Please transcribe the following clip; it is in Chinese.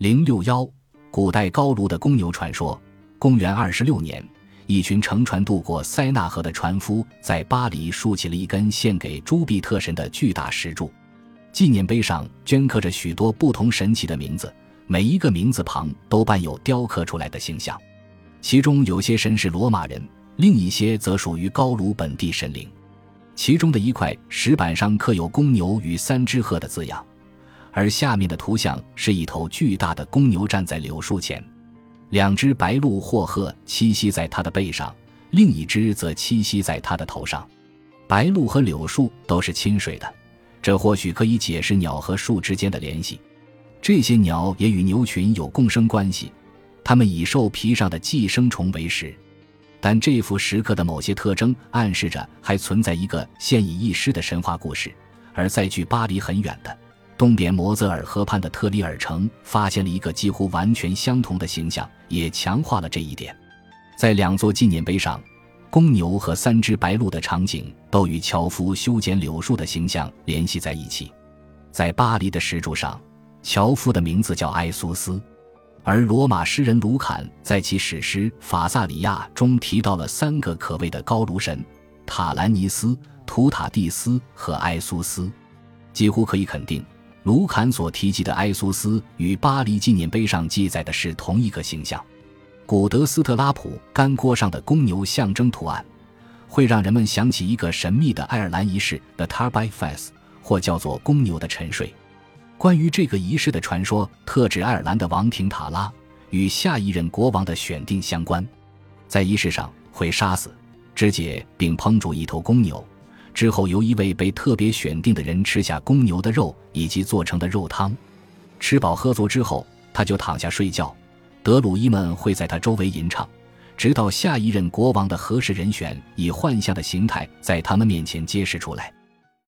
061古代高卢的公牛传说。公元26年，一群乘船渡过塞纳河的船夫在巴黎竖起了一根献给朱庇特神的巨大石柱，纪念碑上镌刻着许多不同神奇的名字，每一个名字旁都伴有雕刻出来的形象，其中有些神是罗马人，另一些则属于高卢本地神灵。其中的一块石板上刻有公牛与3只鹤的字样，而下面的图像是一头巨大的公牛站在柳树前，2只白鹭或鹤栖息在它的背上，另一只则栖息在它的头上。白鹭和柳树都是亲水的，这或许可以解释鸟和树之间的联系。这些鸟也与牛群有共生关系，它们以兽皮上的寄生虫为食。但这幅石刻的某些特征暗示着还存在一个现已遗失的神话故事，而在距巴黎很远的东边摩泽尔河畔的特里尔城发现了一个几乎完全相同的形象，也强化了这一点。在2座纪念碑上，公牛和3只白鹭的场景都与樵夫修剪柳树的形象联系在一起。在巴黎的石柱上，樵夫的名字叫埃苏斯，而罗马诗人卢坎在其史诗《法萨里亚》中提到了3个可畏的高卢神：塔兰尼斯、图塔蒂斯和埃苏斯。几乎可以肯定，卢坎所提及的埃苏斯与巴黎纪念碑上记载的是同一个形象。古德斯特拉普干锅上的公牛象征图案会让人们想起一个神秘的爱尔兰仪式 The Tarbite Fest， 或叫做公牛的沉睡。关于这个仪式的传说特指爱尔兰的王庭塔拉，与下一任国王的选定相关。在仪式上会杀死、肢解并烹煮一头公牛，之后由一位被特别选定的人吃下公牛的肉以及做成的肉汤。吃饱喝足之后，他就躺下睡觉，德鲁伊们会在他周围吟唱，直到下一任国王的合适人选以幻象的形态在他们面前揭示出来。